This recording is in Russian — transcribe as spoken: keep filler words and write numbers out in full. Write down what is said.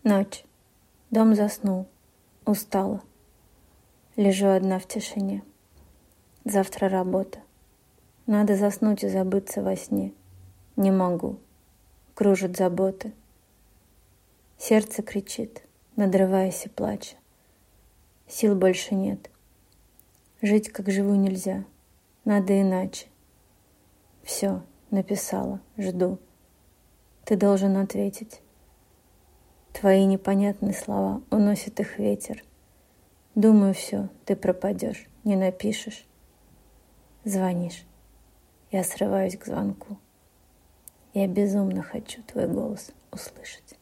Ночь. Дом заснул. Устала. Лежу одна в тишине. Завтра работа. Надо заснуть и забыться во сне. Не могу. Кружат заботы. Сердце кричит, надрываясь и плача. Сил больше нет. Жить, как живу, нельзя. Надо иначе. Все, написала, жду. Ты должен ответить. Твои непонятные слова, уносит их ветер. Думаю, все, ты пропадешь, не напишешь. Звонишь. Я срываюсь к звонку. Я безумно хочу твой голос услышать.